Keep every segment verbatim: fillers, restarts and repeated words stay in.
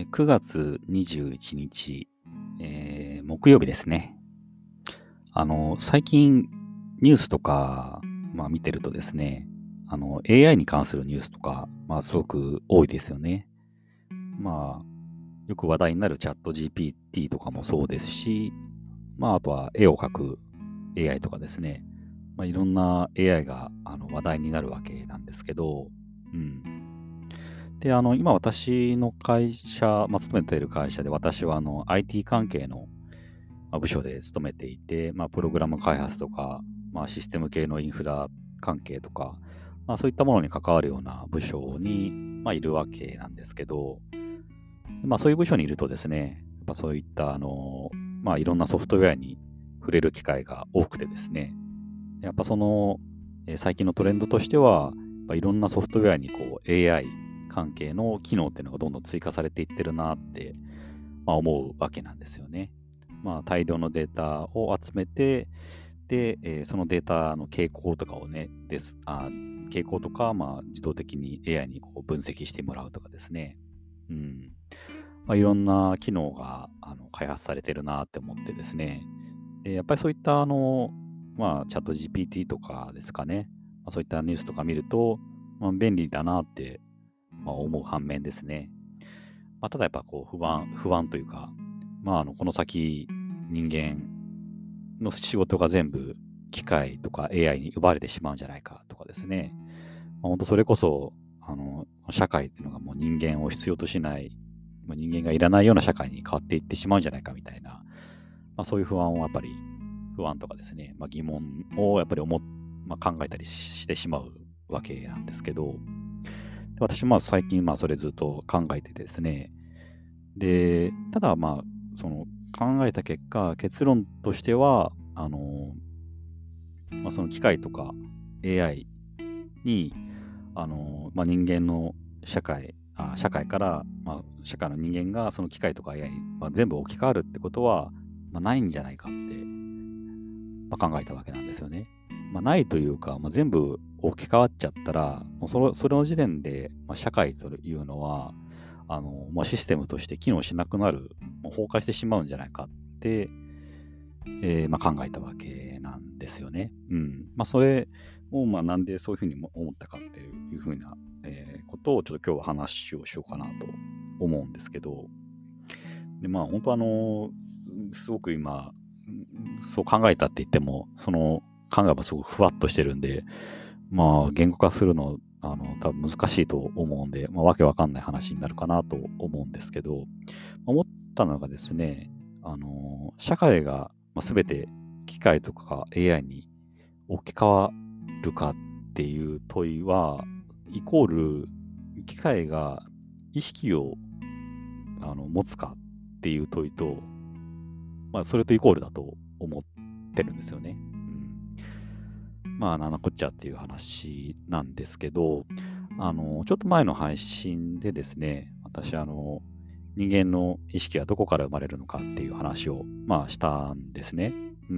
ーくがつにじゅういちにち、えー木曜日ですね。あの、最近ニュースとか、まあ見てるとですね、あの、エーアイ に関するニュースとか、まあすごく多いですよね。まあ、よく話題になるチャット ジーピーティー とかもそうですし、まああとは絵を描く エーアイ とかですね、まあいろんな エーアイ があの話題になるわけなんですけど、うん。で、あの、今私の会社、まあ、勤めている会社で、私はあの アイティー 関係のまあ部署で勤めていて、まあ、プログラム開発とか、まあ、システム系のインフラ関係とか、まあ、そういったものに関わるような部署に、まあ、いるわけなんですけど、まあ、そういう部署にいるとですね、やっぱそういったあの、まあ、いろんなソフトウェアに触れる機会が多くてですね、やっぱその、えー最近のトレンドとしては、やっぱいろんなソフトウェアにこう エーアイ 関係の機能っていうのがどんどん追加されていってるなって、まあ、思うわけなんですよね。まあ、大量のデータを集めて、で、えーそのデータの傾向とかをね、ですあ傾向とか、まあ、自動的に エーアイ にこう分析してもらうとかですね。うん。まあ、いろんな機能があの開発されてるなって思ってですね。で、やっぱりそういったあの、まあ、チャット ジーピーティー とかですかね。まあ、そういったニュースとか見ると、まあ、便利だなって、まあ、思う反面ですね。まあ、ただやっぱこう不安、不安というか、まあ、あのこの先人間の仕事が全部機械とか エーアイ に奪われてしまうんじゃないかとかですね。まあ、本当それこそ、あの、社会っていうのがもう人間を必要としない、まあ、人間がいらないような社会に変わっていってしまうんじゃないかみたいな、まあ、そういう不安をやっぱり、不安とかですね、まあ、疑問をやっぱり思っ、まあ、考えたりしてしまうわけなんですけど、で私もまあ最近まあそれずっと考えててですね、で、ただまあ、その考えた結果、結論としては、あの、まあ、その機械とか エーアイ に、あの、まあ、人間の社会、あ社会から、まあ、社会の人間がその機械とか エーアイ に、まあ、全部置き換わるってことは、まあ、ないんじゃないかって、まあ、考えたわけなんですよね。まあ、ないというか、まあ、全部置き換わっちゃったら、もうそのそれの時点で、まあ、社会というのは、あのまあ、システムとして機能しなくなる、もう崩壊してしまうんじゃないかって、えーまあ、考えたわけなんですよね。うん。まあ、それを、まあ、なんでそういうふうに思ったかっていうふうな、えーことをちょっと今日は話をしようかなと思うんですけど、で、まあ、本当あの、すごく今、うんそう考えたって言っても、その考えもすごくふわっとしてるんで、まあ、言語化するの、あの、多分難しいと思うんで、まあ、わけわかんない話になるかなと思うんですけど、思ったのがですね、あの、社会が、まあ、全て機械とか エーアイ に置き換わるかっていう問いは、イコール機械が意識をあの持つかっていう問いと、まあ、それとイコールだと思ってるんですよね。うん、まあ、なんのこっちゃっていう話なんですけど、あの、ちょっと前の配信でですね、私、あの、人間の意識はどこから生まれるのかっていう話を、まあ、したんですね。うん。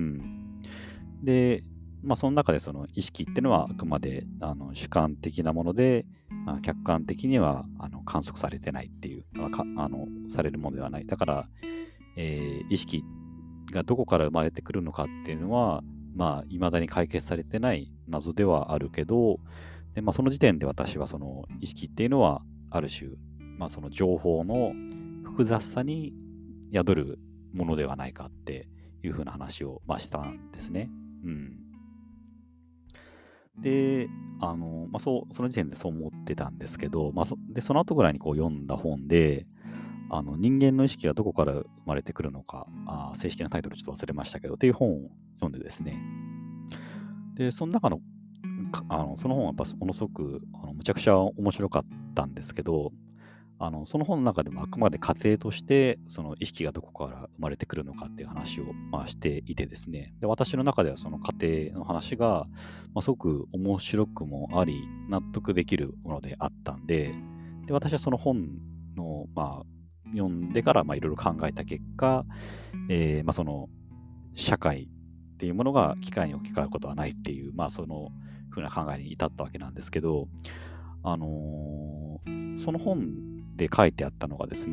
で、まあ、その中でその意識っていうのはあくまであの主観的なもので、まあ、客観的にはあの観測されてないっていう、まあ、かあのされるものではない。だから、えー意識がどこから生まれてくるのかっていうのは、まあ、未だに解決されてない謎ではあるけど、で、まあ、その時点で私はその意識っていうのは、ある種、まあ、その情報の複雑さに宿るものではないかっていうふうな話を、まあ、したんですね。うん。で、あの、まあ、そう、その時点でそう思ってたんですけど、まあ、そで、その後ぐらいにこう読んだ本で、あの、人間の意識がどこから生まれてくるのか、あ正式なタイトルちょっと忘れましたけど、っていう本を読んでですね。で、その中の、かあのその本はやっぱものすごく、あのむちゃくちゃ面白かったんですけど、あの、その本の中でもあくまで仮定として、その意識がどこから生まれてくるのかっていう話を、まあ、していてですね。で、私の中ではその仮定の話が、まあ、すごく面白くもあり、納得できるものであったんで、で、私はその本の、まあ、読んでから、まあ、いろいろ考えた結果、えーまあ、その、社会っていうものが機械に置き換わることはないっていう、まあ、そのふうな考えに至ったわけなんですけど、あのーその本で書いてあったのがですね、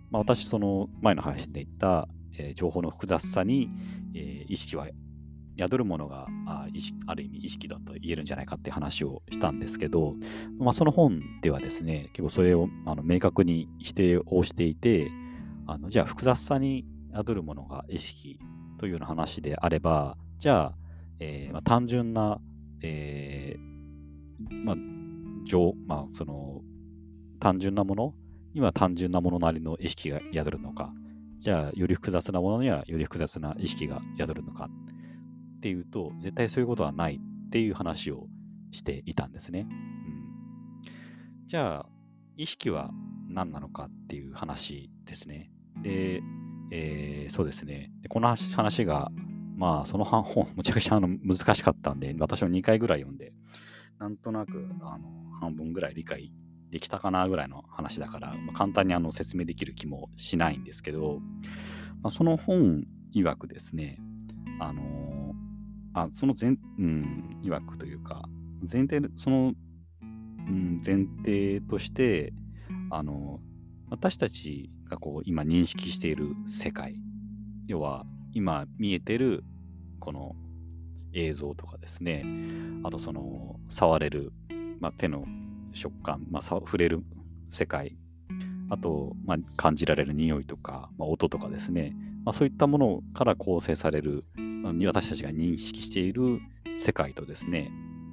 まあ、私、その前の配信で言った、えー情報の複雑さに、えー意識は宿るものがあ意識ある意味意識だと言えるんじゃないかっていう話をしたんですけど、まあ、その本ではですね、結構それをあの明確に否定をしていて、あのじゃあ複雑さに宿るものが意識というような話であれば、じゃあ、えーまあ、単純な、えーまあ情まあ、その単純なものには単純なものなりの意識が宿るのか、じゃあより複雑なものにはより複雑な意識が宿るのかっていうと、絶対そういうことはないっていう話をしていたんですね。うん、じゃあ、意識は何なのかっていう話ですね。で、えーそうですね。でこの話話が、まあ、その本、むちゃくちゃあの難しかったんで、私もにかいぐらい読んで、なんとなくあの半分ぐらい理解できたかなぐらいの話だから、まあ、簡単にあの説明できる気もしないんですけど、まあ、その本曰くですね、あのーあその前、うん、曰くというか、前提、その、うん、前提として、あの私たちがこう今認識している世界、要は今見えてるこの映像とかですね、あとその触れる、まあ、手の食感、まあ、さ触れる世界、あと、まあ、感じられる匂いとか、まあ、音とかですね、まあ、そういったものから構成される、まあ私たちが認識している世界とですね、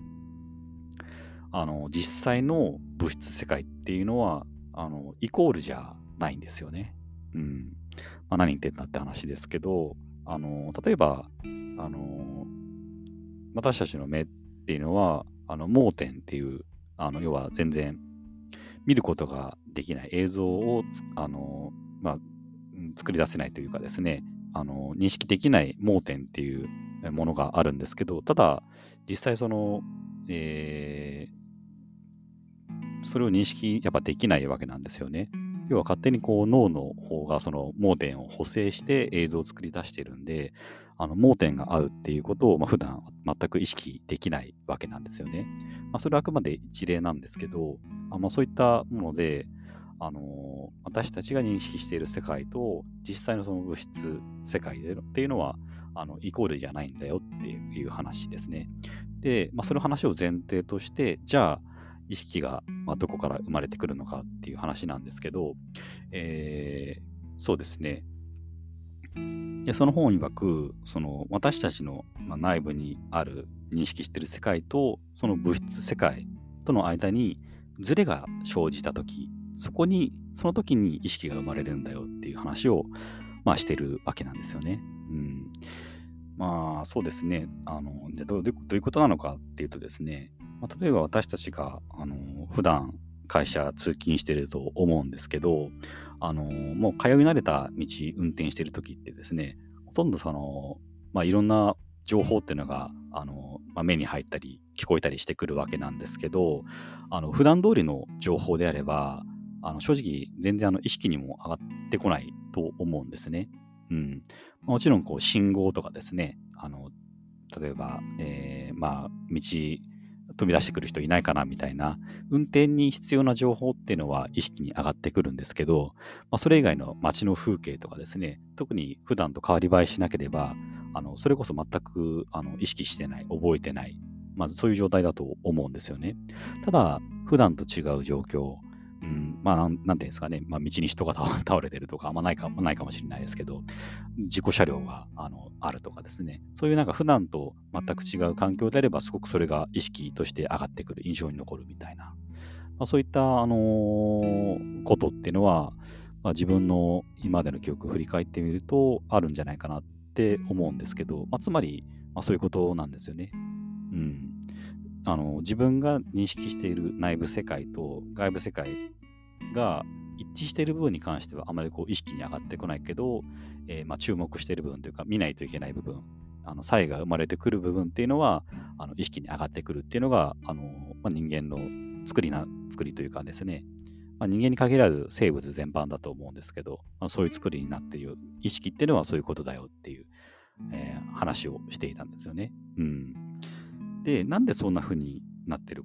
あの実際の物質世界っていうのはあのイコールじゃないんですよね。うんまあ、何言ってんだって話ですけど、あの例えばあの私たちの目っていうのはあの盲点っていう、あの要は全然見ることができない映像をあの、まあ、作り出せないというかですね、あの認識できない盲点っていうものがあるんですけど、ただ実際その、えーそれを認識やっぱできないわけなんですよね。要は勝手にこう脳の方がその盲点を補正して映像を作り出しているんで、あの盲点が合うっていうことを、まあ、普段全く意識できないわけなんですよね。まあ、それはあくまで一例なんですけど、あまあ、そういったもので、あのー私たちが認識している世界と実際のその物質世界でっていうのはあのイコールじゃないんだよっていう話ですね。で、まあ、その話を前提として、じゃあ意識が、まあ、どこから生まれてくるのかっていう話なんですけど、えーそうですね。で、その本曰く、その私たちのまあ内部にある認識している世界と、その物質世界との間にズレが生じたとき、そこに、その時に意識が生まれるんだよっていう話を、まあ、してるわけなんですよね。うん。まあ、そうですね。あの、じゃあどうどうどういうことなのかっていうとですね、まあ、例えば私たちが、あの、普段会社通勤してると思うんですけど、あの、もう通い慣れた道運転してる時ってですね、ほとんどその、まあ、いろんな情報っていうのが、あの、まあ、目に入ったり聞こえたりしてくるわけなんですけど、あの、普段通りの情報であれば、あの、正直全然あの意識にも上がってこないと思うんですね。うん。もちろんこう信号とかですね、あの例えば、えーまあ、道飛び出してくる人いないかなみたいな運転に必要な情報っていうのは意識に上がってくるんですけど、まあ、それ以外の街の風景とかですね、特に普段と変わり映えしなければ、あのそれこそ全くあの意識してない、覚えてない、まずそういう状態だと思うんですよね。ただ、普段と違う状況、うん、まあなん、なんていうんですかね、まあ、道に人が倒倒れてるとか、あんまないかないかもしれないですけど、事故車両があのあるとかですね、そういうなんか普段と全く違う環境であれば、すごくそれが意識として上がってくる、印象に残るみたいな、まあ、そういった、あのーことっていうのは、まあ、自分の今までの記憶を振り返ってみると、あるんじゃないかなって思うんですけど、まあ、つまり、まあ、そういうことなんですよね。うん。あの自分が認識している内部世界と外部世界が一致している部分に関してはあまりこう意識に上がってこないけど、えーまあ、注目している部分というか見ないといけない部分、あの差異が生まれてくる部分っていうのはあの意識に上がってくるっていうのがあの、まあ、人間の作りな作りというかですね、まあ、人間に限らず生物全般だと思うんですけど、まあ、そういう作りになっている意識っていうのはそういうことだよっていう、えー話をしていたんですよね。うん、で、なんでそんな風になってるか。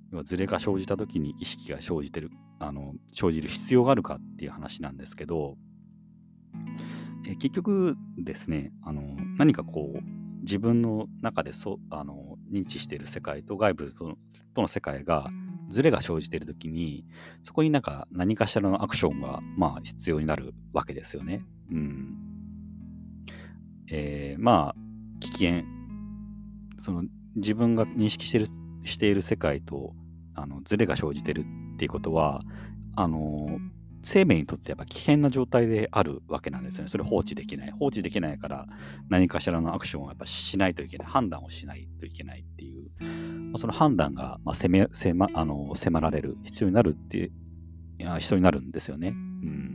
要はズレが生じた時に意識が生じてる、あの生じる必要があるかっていう話なんですけど、え結局ですね、あの何かこう自分の中でそあの認知している世界と外部とのとの世界がズレが生じている時に、そこになんか何かしらのアクションがまあ必要になるわけですよね。うん。えーまあ危険、その自分が認識しているしている世界とあのズレが生じているっていうことは、あの生命にとってやっぱ危険な状態であるわけなんですよね。それ放置できない。放置できないから何かしらのアクションをやっぱしないといけない。判断をしないといけないっていう、まあその判断が、まあ、責め、迫、あの、迫られる必要になるっていう、いや、必要になるんですよね。うん。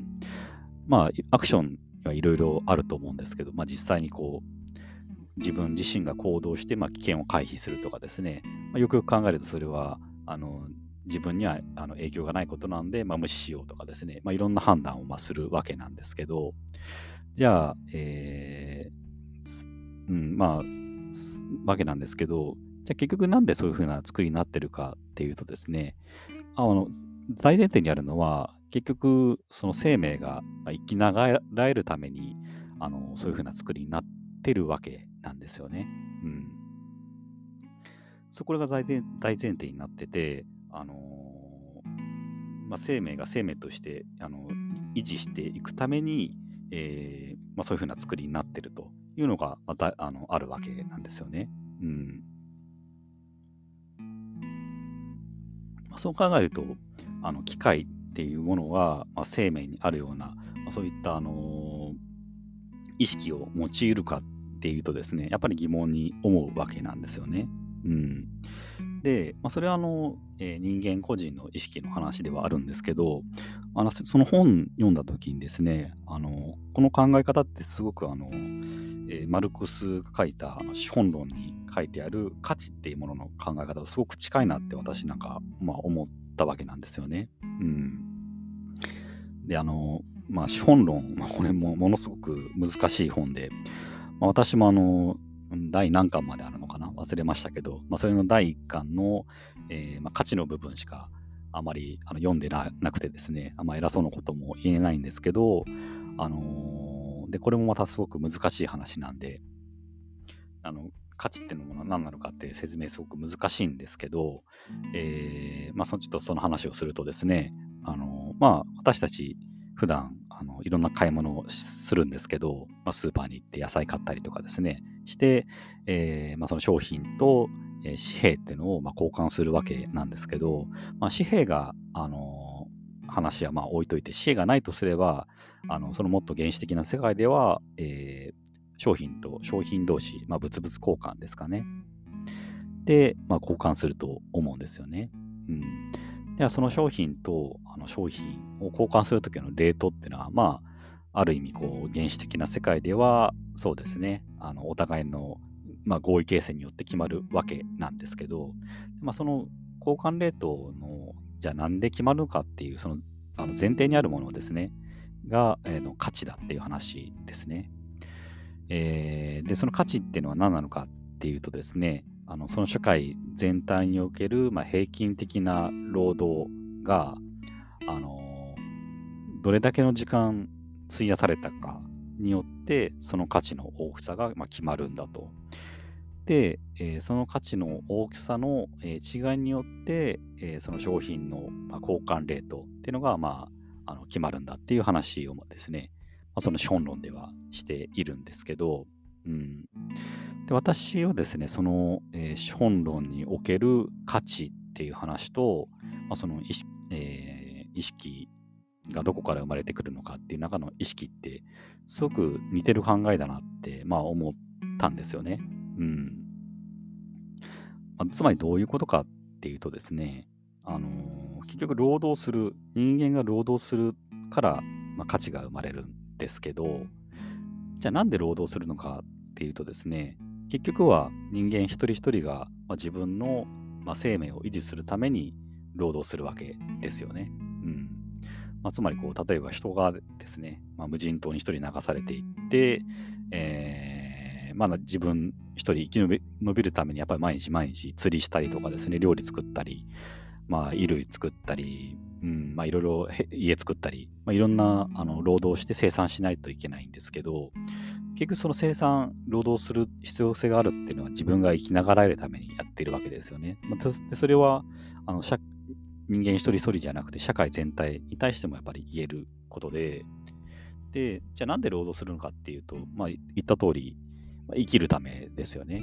まあ、アクションはいろいろあると思うんですけど、まあ実際にこう、自分自身が行動して、まあ、危険を回避するとかですね、まあ、よくよく考えるとそれはあの自分にはあの影響がないことなんで、まあ、無視しようとかですね、まあ、いろんな判断をまあするわけなんですけど、じゃあ、えーすうん、まあ、すわけなんですけど、じゃあ結局なんでそういうふうな作りになってるかっていうとですね、あの大前提にあるのは、結局その生命がまあ生きながらえるためにあのそういうふうな作りになってるわけなんですよね。うん。そこが大前大前提になってて、あのーまあ、生命が生命としてあの維持していくために、えーまあ、そういうふうな作りになってるというのがまたあのあるわけなんですよね。うんまあ、そう考えると、あの機械っていうものは、まあ、生命にあるような、まあ、そういった、あのー意識を用いるかっていうとですね、やっぱり疑問に思うわけなんですよね。うん、で、まあ、それはあの、えー人間個人の意識の話ではあるんですけど、あのその本読んだ時にですね、あのこの考え方ってすごくあの、えーマルクスが書いたあの資本論に書いてある価値っていうものの考え方とすごく近いなって私なんか、まあ、思ったわけなんですよね。うん、であのまあ資本論、まあ、これもものすごく難しい本で、まあ、私もあの第何巻まであるのかな忘れましたけど、まあ、それのだいいっかんの、えーまあ、価値の部分しかあまりあの読んでななくてですね、あんま偉そうなことも言えないんですけど、あのーでこれもまたすごく難しい話なんで、あの価値っていうのは何なのかって説明すごく難しいんですけど、えーまあ、そのちょっとその話をするとですね、あのまあ、私たち普段あのいろんな買い物をするんですけど、まあ、スーパーに行って野菜買ったりとかですねして、えーまあ、その商品と、えー紙幣っていうのをまあ交換するわけなんですけど、まあ、紙幣が、あの話はまあ置いといて、紙幣がないとすれば、あのそのもっと原始的な世界では、えー商品と商品同士、まあ、物々交換ですかね。で、まあ、交換すると思うんですよね。うん。では、その商品とあの商品を交換するときのレートっていうのは、まあ、ある意味、こう、原始的な世界では、そうですね、あのお互いの、まあ、合意形成によって決まるわけなんですけど、まあ、その交換レートの、じゃあなんで決まるのかっていう、そのあの前提にあるものですね、が、えーの価値だっていう話ですね。えーで、その価値っていうのは何なのかっていうとですね、あのその社会全体における、まあ、平均的な労働が、あのどれだけの時間費やされたかによって、その価値の大きさが、まあ、決まるんだと。で、えーその価値の大きさの、えー違いによって、えーその商品の、まあ、交換レートっていうのが、まあ、あの決まるんだっていう話をですね、まあ、その資本論ではしているんですけど、うん、で私はですね、その、えー資本論における価値っていう話と、まあ、その意識、えー意識がどこから生まれてくるのかっていう中の意識ってすごく似てる考えだなって、まあ、思ったんですよね。うんまあ、つまりどういうことかっていうとですね、あのー結局労働する、人間が労働するから、まあ、価値が生まれるんですけど、じゃあなんで労働するのかっていうとですね、結局は人間一人一人が、まあ、自分の、まあ、生命を維持するために労働するわけですよね。うんまあ、つまりこう、例えば人がですね、まあ、無人島に一人流されていって、えーまあ、自分一人生き延び延びるためにやっぱり毎日毎日釣りしたりとかですね、料理作ったり、 まあ、衣類作ったり、うん、まあ、いろいろへ家作ったり、まあ、いろんなあの労働をして生産しないといけないんですけど、結局その生産、労働する必要性があるっていうのは自分が生きながらえるためにやっているわけですよね。まあ、とでそれはあの社人間一人一人じゃなくて社会全体に対してもやっぱり言えることで、で、じゃあなんで労働するのかっていうと、まあ、言った通り、まあ生きるためですよね。うん。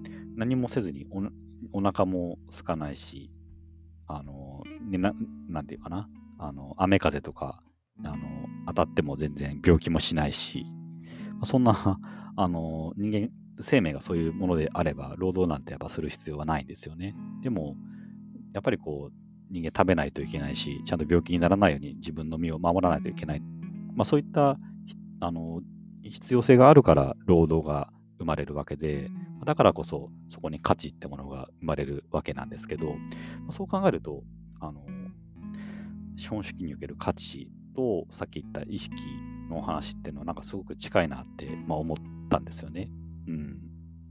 何もせずにおなお腹も空かないし、あの、ね、ななんていうかな、あの、雨風とか、あの、当たっても全然病気もしないし、まあそんな、あの、人間、生命がそういうものであれば、労働なんてやっぱする必要はないんですよね。でも、やっぱりこう、人間食べないといけないし、ちゃんと病気にならないように自分の身を守らないといけない。まあそういった、ひあの、必要性があるから労働が生まれるわけで、だからこそそこに価値ってものが生まれるわけなんですけど、まあそう考えると、あの、資本主義における価値と、さっき言った意識のお話っていうのはなんかすごく近いなって、まあ、思ったんですよね。うん。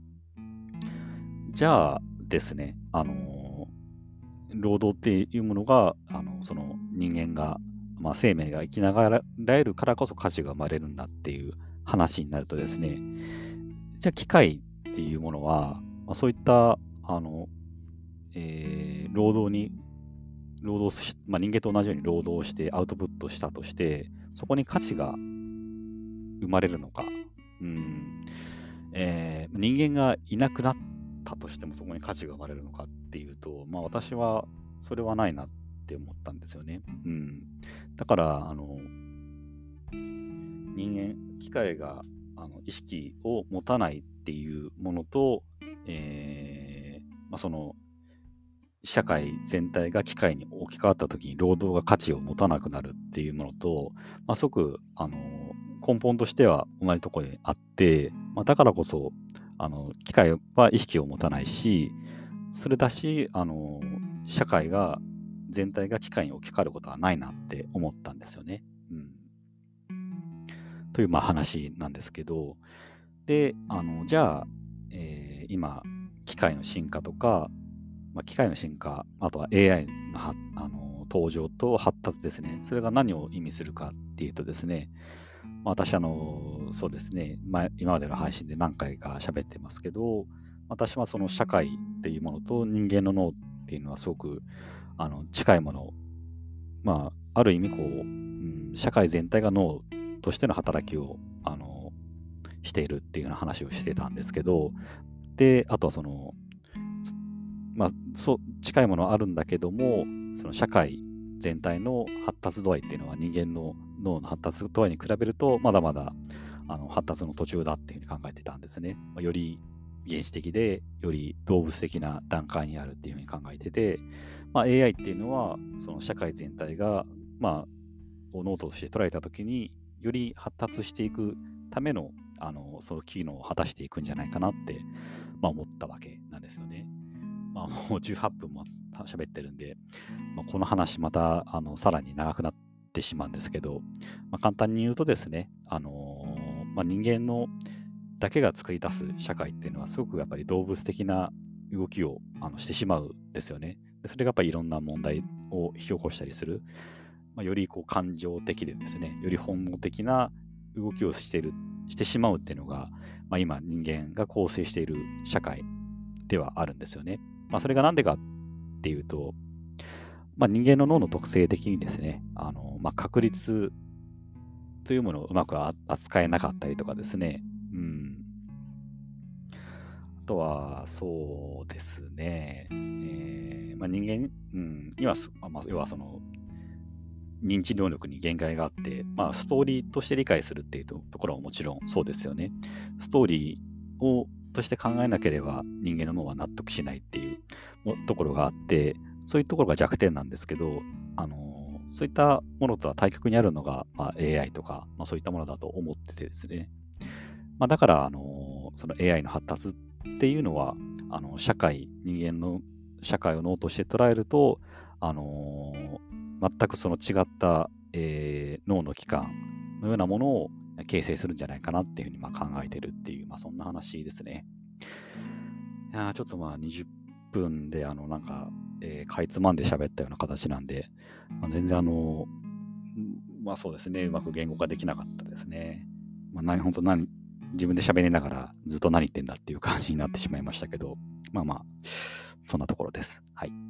じゃあですね、あの労働っていうものが、あのその人間が、まあ、生命が生きながらえるからこそ価値が生まれるんだっていう話になるとですね、じゃあ機械っていうものは、まあ、そういったあの、えー労働に労働し、まあ、人間と同じように労働してアウトプットしたとして、そこに価値が生まれるのか。うん。えー人間がいなくなったとしてもそこに価値が生まれるのかっていうと、まあ私はそれはないなって思ったんですよね。うん。だから、あの、人間、機械があの意識を持たないっていうものと、えーまあ、その社会全体が機械に置き換わった時に労働が価値を持たなくなるっていうものと、まあ、すごくあの根本としては同じところにあって、まあ、だからこそあの機械は意識を持たないし、それだしあの社会が全体が機械に置き換わることはないなって思ったんですよね。うん、というまあ話なんですけど、であのじゃあ、えー今機械の進化とか、まあ、機械の進化、あとは エーアイ のはあの登場と発達ですね。それが何を意味するかっていうとですね、まあ、私、あの、そうですね、まあ、今までの配信で何回か喋ってますけど、私はその社会っていうものと人間の脳っていうのはすごくあの近いもの、まあ、ある意味こう、うん、社会全体が脳としての働きをあのしているっていうような話をしてたんですけど、で、あとはその、まあ、そう近いものはあるんだけども、その社会全体の発達度合いっていうのは人間の脳の発達度合いに比べるとまだまだあの発達の途中だっていうふうに考えてたんですね。まあ、より原始的でより動物的な段階にあるっていうふうに考えてて、まあ、エーアイ っていうのはその社会全体が、まあ、を脳として捉えた時により発達していくためのあのその機能を果たしていくんじゃないかなって、まあ、思ったわけなんですよね。まあ、もうじゅうはっぷんも喋ってるんで、まあ、この話またあのさらに長くなってしまうんですけど、まあ、簡単に言うとですね、あのーまあ、人間のだけが作り出す社会っていうのはすごくやっぱり動物的な動きをあのしてしまうんですよね。でそれがやっぱりいろんな問題を引き起こしたりする、まあ、よりこう感情的でですね、より本能的な動きをしているしてしまうっていうのが、まあ、今人間が構成している社会ではあるんですよね。まあ、それがなんでかっていうと、まあ、人間の脳の特性的にですね、あのまあ、確率というものをうまく扱えなかったりとかですね、うん、あとは、そうですね、えーまあ、人間、うん、には、まあ、要はその認知能力に限界があって、まあ、ストーリーとして理解するっていうところももちろんそうですよね。ストーリーをとして考えなければ人間の脳は納得しないっていうところがあって、そういうところが弱点なんですけど、あのーそういったものとは対極にあるのが、まあ、エーアイ とか、まあ、そういったものだと思っててですね。まあ、だから、あのーその エーアイ の発達っていうのは、あの社会、人間の社会を脳として捉えると、あのー全くその違った、えー脳の器官のようなものを形成するんじゃないかなっていうふうにまあ考えてるっていう、まあ、そんな話ですね。いやーちょっとまあにじゅっぷんで、あの、なんか、 えーかいつまんで喋ったような形なんで、まあ、全然あの、んまあそうですね、うまく言語化できなかったですね。まあ、何、本当何、自分で喋りながらずっと何言ってんだっていう感じになってしまいましたけど、まあまあ、そんなところです。はい。